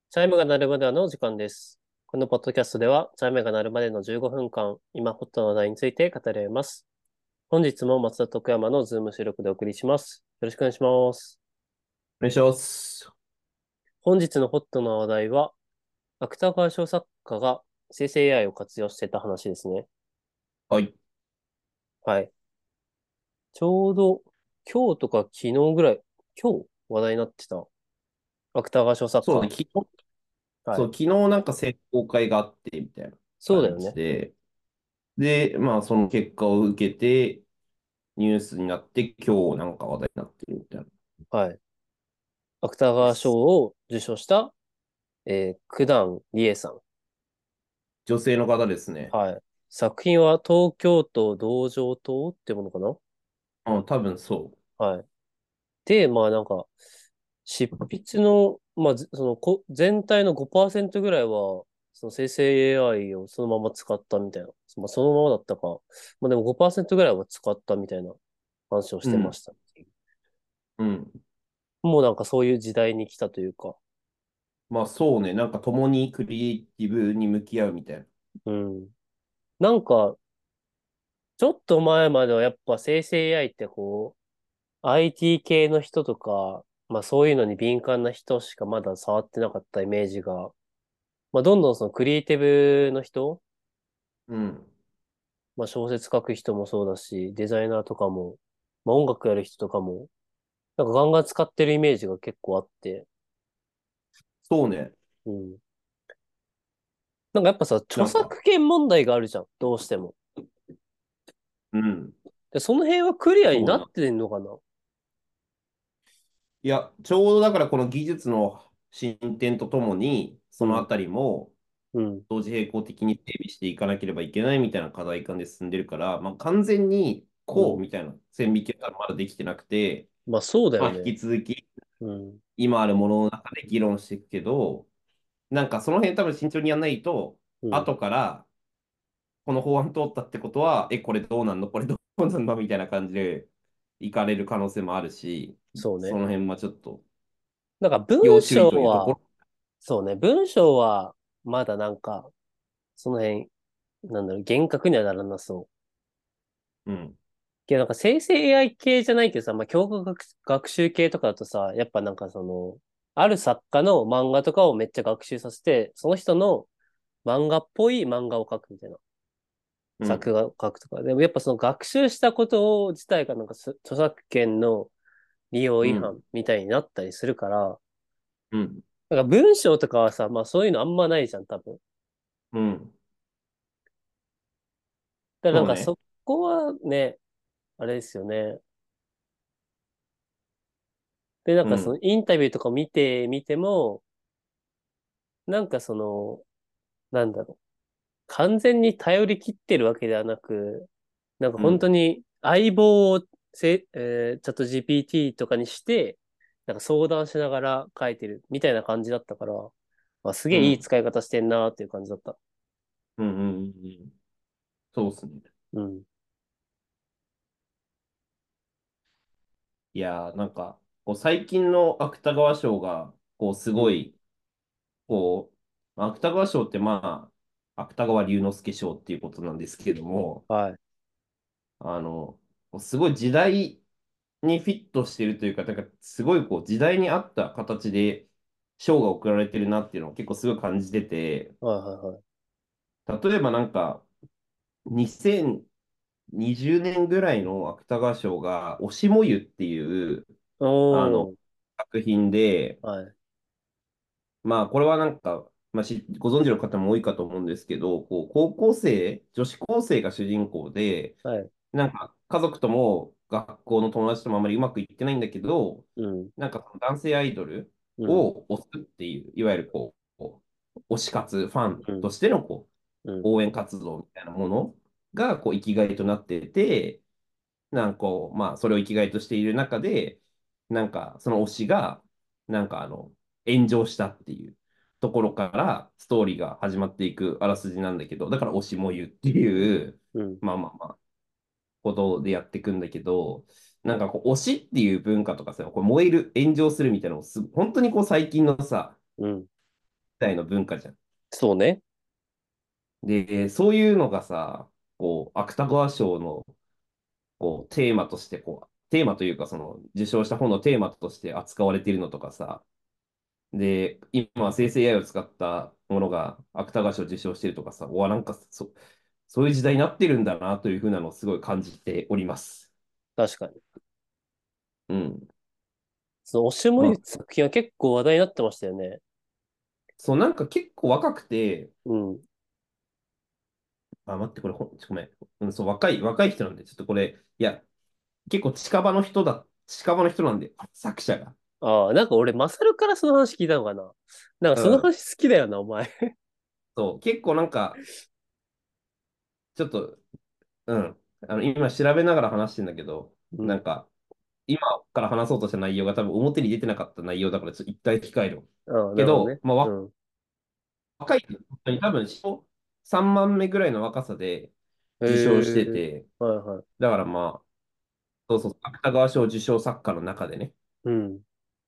チャイムが鳴るまでの時間です。このポッドキャストでは、チャイムが鳴るまでの15分間、今ホットな話題について語ります。本日も松田徳山のズーム収録でお送りします。よろしくお願いします。 お願いします。 本日のホットな話題は、芥川賞作家が生成 AI を活用してた話ですね。 はい。 はい。ちょうど今日とか昨日ぐらい、今日話題になってた芥川賞作そうね、 家。はい。 昨日なんか選考会があって、みたいな感そうだよね。 じで、で、まあ、その結果を受けて、ニュースになって、今日なんか話題になってるみたいなはい。芥川賞です。 を受賞した、九段理恵さん。 女性の方ですね。 はい。作品は東京都道場島ってものかな。 うん、多分そはい。で、まあなんか、執筆の、まあ、全体の5%ぐらいは、その生成 AI をそのまま使ったみたいな。まあそのままだったか。まあでも5%ぐらいは使ったみたいな話をしう。うん、 てました。 うん。 もうなんかそういう時代に来たというか。 まあそうね、なんか共にクリエイティブに向き合うみたいな。 うん。なんか、ちょっと前まではやっぱ生成 AI ってこう、IT 系の人とか、まあそういうのに敏感な人しかまだ触ってなかったイメージが、まあどんどんそのクリエイティブの人、 うん。 まあ小説書く人もそうだし、デザイナーとかも、まあ音楽やる人とかも、なんかガンガン使ってるイメージが結構あって、 そうね。 うん。なんかやっぱさ、著なんか、 作権問題があるじゃん、どうしても。 うん。 で、その辺はクリアにそうな。 なってんのかな。 いや、ちょうどだからこの技術の進展とともに、 うん、 そのあたりも、 うん。 同時並行的に整備していかなければいけないみたいな課題感で進んでるから、まあ、完全にうん。 こうみたいな線引きはまだできてなくて、 まあそうだまあ、 よね。 引き続きうん。 今あるものの中で議論していくけど、なんかその辺多分慎重にやらないと、 うん。 後からこの法案通ったってことは、これどうなんのこれどうなんのみたいな感じで行かれる可能性もあるし、 そうね。 その辺はちょっとなんか文要注意というとこ章は、 ろ。 そうね、文章はまだなんか、その辺、なんだろう、厳格にはならなそう。 うん。 けどなんか生成 AI 系じゃないけどさ、まあ、教科学習系とかだとさ、やっぱなんかその、ある作家の漫画とかをめっちゃ学習させて、その人の漫画っぽい漫画を描くみたいな。 うん。 作画を描くとか。でもやっぱその学習したこと自体がなんか著作権の利用違反うん。 みたいになったりするから、 うん。 なんか文章とかはさ、まあそういうのあんまないじゃん、多分。 うん。 だからなんそうね。 かそこはね、あれですよね。で、なんかそのうん。 インタビューとか見ても、なんかその、なんだろう。完全に頼り切ってるわけではなく、なんかうん。 本当に相棒をチャット GPT とかにして、なんか相談しながら書いてるみたいな感じだったから、まあ、すげえいいうん。 使い方してんなーっていう感じだった。 うん。うん。うん。そうですね。 うん。 いやー、なんか、こう最近の芥川賞が、こう、すうん。 ごい、こ芥川賞ってまあ、芥川龍之介賞っていうことなんですけども、 はい。 あの、すごい時代にフィットしてるというか、なんかすごいこう、時代に合った形で賞が贈られてるなっていうのを結構すごい感じてて、 はいはいはい。 例えばなんか、2020年ぐらいの芥川賞が、推し、もゆっていう、あの、 おー。 作品で、 はい。 まあ、これはなんか、まあ、ご存知の方も多いかと思うんですけど、こう、高校生、女子高生が主人公で、 はい。 なんか、家族とも学校の友達ともあまりうまくいってないんだけど、 うん。 なんか男性アイドルうん。 を推すっていう、いわゆる推し活、ファンうん。 としてのうん。 応援活動みたいなものが生きがいとなってて、なんかまあ、それを生きがいとしている中で、なんか、その推しが、なんか炎上したっていうところからストーリーが始まっていくあらすじなんだけど、だから推しも言うっていう、 うん。 まあまあまあ、ことでやっていくんだけど、なんか推しっていう文化とかさ、燃える、炎上するみたいなのを本当に最近のさ、 うん。 代の文化じゃん。 そうね。 で、そういうのがさ、こう、芥川賞のこうテーマとして、テーマというか、その受賞した本のテーマとして扱われているのとかさ、で、今、生成 AI を使ったものが芥川賞を受賞しているとかさ、なんかそういう時代になってるんだなというふうなのをすごい感じております。 確かに。 うん。 その、押森まあ、 作品は結構話題になってましたよね。 そう、なんか結構若くて、 うん。 待って、これ、ごめん。うん、そう、若い人なんで、ちょっとこれ、いや、結構近場の人なんで、作者が。 ああ、なんか俺、マサルからその話聞いたのかな。なんかそのうん。 話好きだよな、お前。 そう、結構なんか、ちょっと、うん。今調べながら話してんだけど、 うん。 なんか、今から話そうとした内容が多分表に出てなかった内容だから、ちょっと一回控える。 ああ、なるほどね。 けど、 うん。 若い、本当に多分、3番目ぐらいの若さでへ受賞してえ。 て、 はいはい。 だからまあ、そうそう、芥川賞受賞作家の中でね、 うん。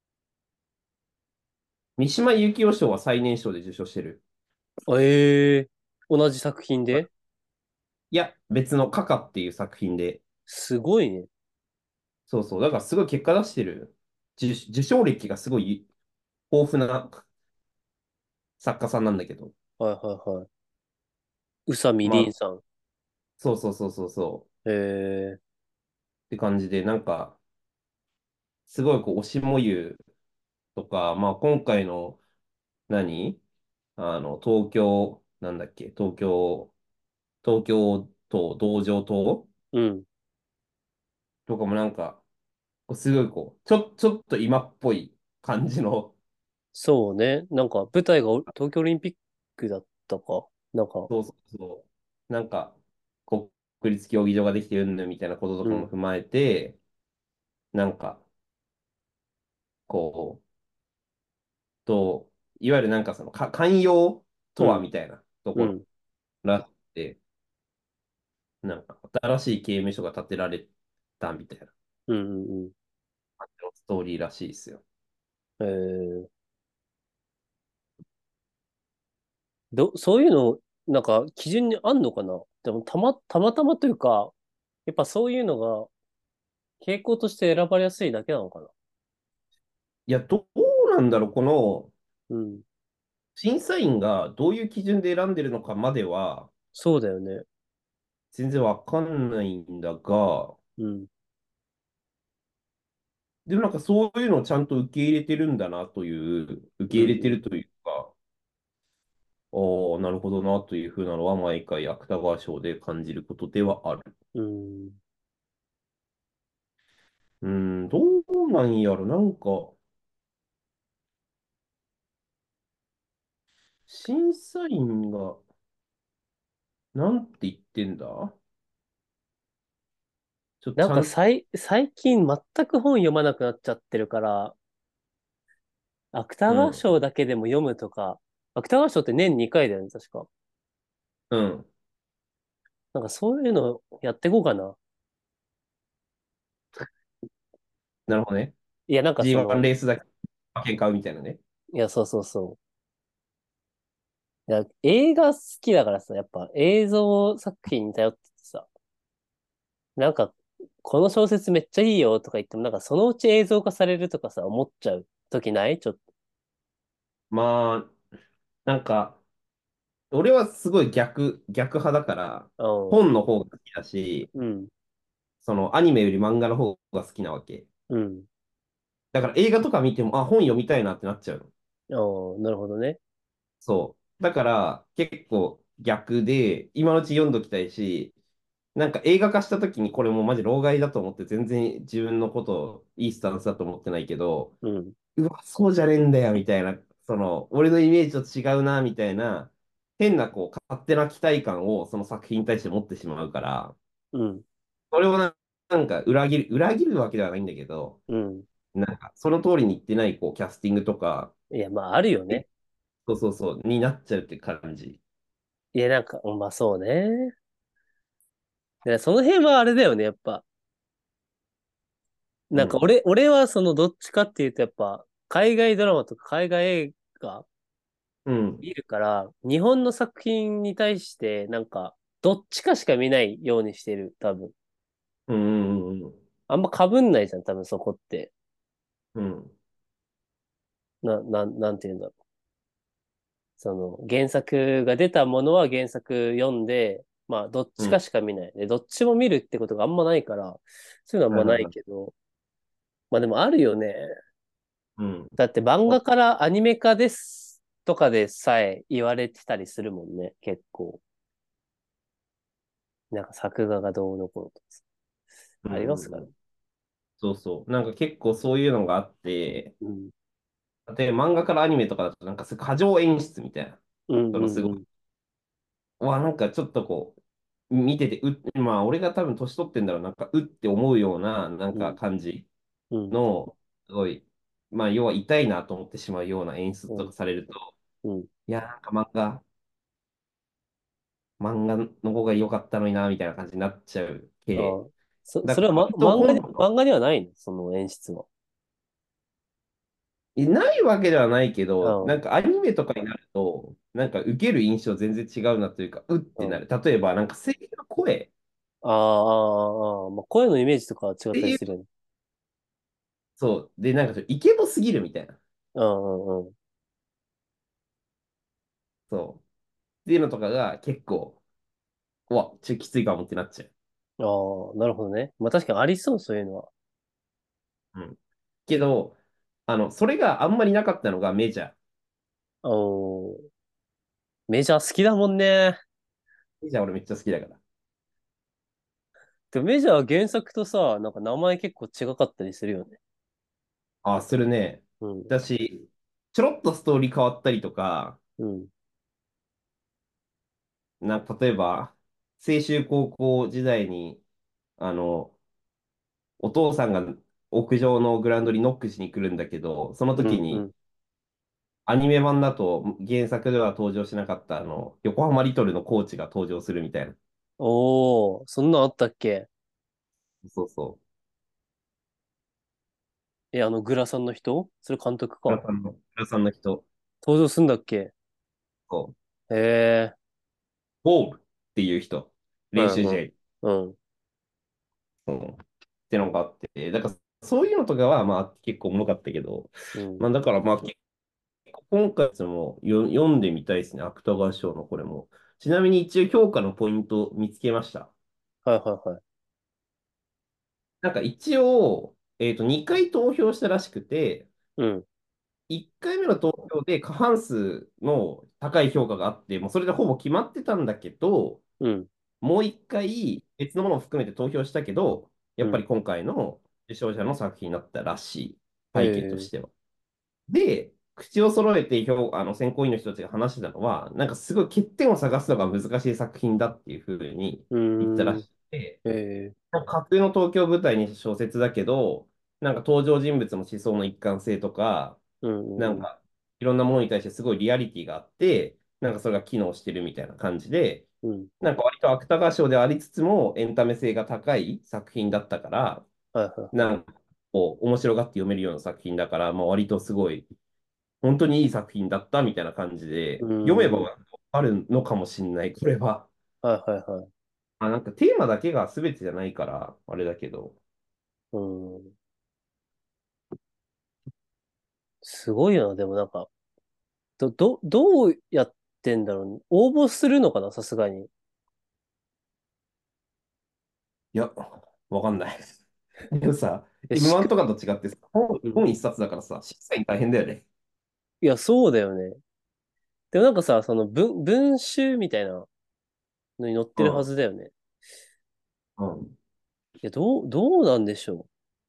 三島由紀夫賞は最年少で受賞してる。 ええ。同じ作品でいや、別のカカっていう作品で、 すごいね。 そうそう、だからすごい結果出してる。受賞歴がすごい豊富な作家さんなんだけど、 はいはいはい。宇佐美まあ、 凛さん。 そうええ。 って感じで、なんか、すごいこう、推しもゆうとか、まあ今回の、何東京、なんだっけ、東京都道場島うん。 とかもなんか、すごいこう、ちょっと今っぽい感じの、 そうね。なんか舞台が東京オリンピックだったか。なんか、 なんか、国立競技場ができてるんだみたいなこととかもうん。 踏まえて、なんか、こう、いわゆるなんかその、寛容とはうん。 みたいなところうん。 らしくて、なんか、新しい刑務所が建てられたみたいなうん。うん。 感じのストーリーらしいですよ。 えそういうの、なんか基準にあんのかな。でもたまたまというか、やっぱそういうのが傾向として選ばれやすいだけなのかな。 いや、どうなんだろう、この、 うん。 審査員がどういう基準で選んでるのかまでは、 そうだよね。 全然わかんないんだが、 うん。 でもなんかそういうのをちゃんと受け入れてるんだなという、受けうん。 入れてるというか、ああ、なるほどなというふうなのは毎回芥川賞で感じることではある。 うん。 うーん、どうなんやろ、なんか、審査員が、なんて言ってんだなんかちゃん、 最近全く本読まなくなっちゃってるから、芥川うん、 賞だけでも読むとか、芥川賞って年2回だよね、確か。 うん、 なんかそういうのやっていこうかな。 なるほどね。 いや、なんかそ G1 の、 レースだけ馬券買うみたいなね。 いや、そうそうそう。いや、映画好きだからさ、やっぱ映像作品に頼っててさ、なんか、この小説めっちゃいいよとか言っても、なんかそのうち映像化されるとかさ、思っちゃう時ないちょっまあ、なんか、俺はすごい逆派だから、 と。 本の方が好きだし、 うん。 そのアニメより漫画の方が好きなわけ。 うん。 だから映画とか見ても、本読みたいなってなっちゃうの。 うん。なるほどね。 そう。だから結構逆で、今のうち読んどきたいし、なんか映画化した時にこれもうマジ老害だと思って全然自分のことをいいスタンスだと思ってないけど、 うん。 うわ、そうじゃねえんだよみたいな、その、俺のイメージと違うなみたいな、変なこう勝手な期待感をその作品に対して持ってしまうから、 うん。 それをなんか裏切るわけではないんだけど、 うん。 なんかその通りに言ってないこうキャスティングとか、 いや、まあ、あるよね。 になっちゃうって感じ。 いや、なんか、まあそうね。でその辺はあれだよね、やっぱ。 うん。 俺はそのどっちかっていうと、やっぱ、海外ドラマとか海外映画うん。 見るから、日本の作品に対して、どっちかしか見ないようにしてる、多分。 うん。うん。 あんま被んないじゃん、多分そこって。 うん。 なんて言うんだろう。その、原作が出たものは原作読んで、まあ、どっうん。 ちかしか見ない。で、どっちも見るってことがあんまないから、そういうのはあんまないはいはいはい。 けど、まあでもあるよね。 うん。 だって漫画からアニメ化ですとかでさえ言われてたりするもんね、結構。作画がどうのこうのとかさうん。 ありますからね。 うん。そうそう。なんか結構そういうのがあって、 うん。 例えば漫画からアニメとかだと、なんかすごい過剰演出みたいなうんのがすごい、 うんうん。 なんかちょっとこう、見てて、まあ俺が多分年取ってんだろう、なんかって思うような、なんかうん感じうん。 の、すごい、まあ要は痛いなと思ってしまうような演出うん。 とかされると、 うん。 いや、なんか漫画の方が良かったのにな、みたいな感じになっちゃう系。 ああ。それは、 だから割と漫画にはないのその演出は？ ないわけではないけど、 うん。 なんかアニメとかになると、なんか受ける印象全然違うなというか、ってなうん。 る。例えば、なんか声優の声まあ、声のイメージとかは違っっていう、 たりするよね。 そう。で、なんかイケボすぎるみたいな。 うん。 そう。っていうのとかが結構、ちょっときついかもってなっちゃう。 ああ、なるほどね。まあ確かにありそう、そういうのは。 うん。けど、それがあんまりなかったのがメジャー。 おー、メジャー好きだもんね。 メジャー俺めっちゃ好きだから。 でもメジャー原作とさ、名前結構違かったりするよね。 あ、するね。 うん。 だし、ちょろっとストーリー変わったりとか、 うん。 例えば、青州高校時代に、あの、お父さんが屋上のグラウンドにノックしに来るんだけど、そのうん。う時に、 ん。 アニメ版だと原作では登場しなかった横浜リトルのコーチが登場するみたいな。 おー、そんなんあったっけ？ そうそう。 え、あのグラさんの人それ監督か。 浦さんの人、 登場すんだっけ？ そう、 へえ。 ボールっていう人、 うんうん。 練習試合、 うん。 ってのがあって、だからそういうのとかは、まあ結構おもろかったけど、 うん。 まあだからまあ結構今回も読んでみたいですね、芥川賞のこれも。ちなみに一応評価のポイント見つけました。 はいはいはい。 なんか一応、2回投票したらしくて、 うん。 1回目の投票で過半数の高い評価があって、もうそれでほぼ決まってたんだけど、 うん。 もう1回別のものを含めて投票したけど、やうん。 っぱり今回の受賞者の作品になったらしい、 へ背景としえ。 ては。で、口を揃えて選考委員の人たちが話してたのは、なんかすごい欠点を探すのが難しい作品だっていうふうにう言ったらーん。 しくて、 へえ。 なんか架空の東京を舞台にした小説だけど、なんか登場人物の思想の一貫性とか、 うんうんなんかいろんなものに対してすごいリアリティがあって、なんかそれが機能してるみたいな感じで、 うん。うん。 なんか割と芥川賞でありつつもエンタメ性が高い作品だったから、 はいはいはい。 なんかこう面白がって読めるような作品だから、まあ、割とすごい本当にいい作品だったみたいな感じうで、読めーん。 ばあるのかもしれない、これは。 はいはいはい。 なんかテーマだけが全てじゃないから、あれだけど。 うーん。すごいよな。でもどうやってんだろうね。応募するのかなさすがに。 いや、わかんない。でもさ、 え、 M1 とかと違ってさ、 うん。 本一冊だからさ、審査員大変だよね。 いや、そうだよね。でもさ、その文集みたいなのに載ってるはうん。 ずだよね。 うん。 いや、どうなんでしょう。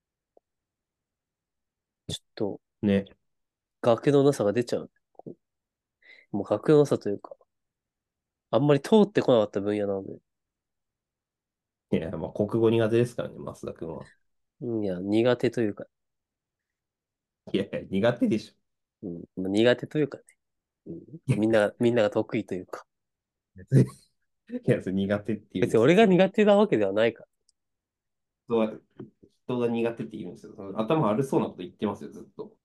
ちょっと、 ね。 学のなさが出ちゃう。もう学のなさというか、あんまり通ってこなかった分野なので。 いや、まあ、国語苦手ですからね、増田君は。 うん、いや、苦手というか、 いやいや、苦手でしょ。 うん、まあ苦手というかね。うん、 いや、 みんなが得意というか。 別に、いや、それ苦手って言うんですよ。 別に俺が苦手なわけではないから。 人は、人が苦手って言うんですよ。その頭悪そうなこと言ってますよ、ずっと。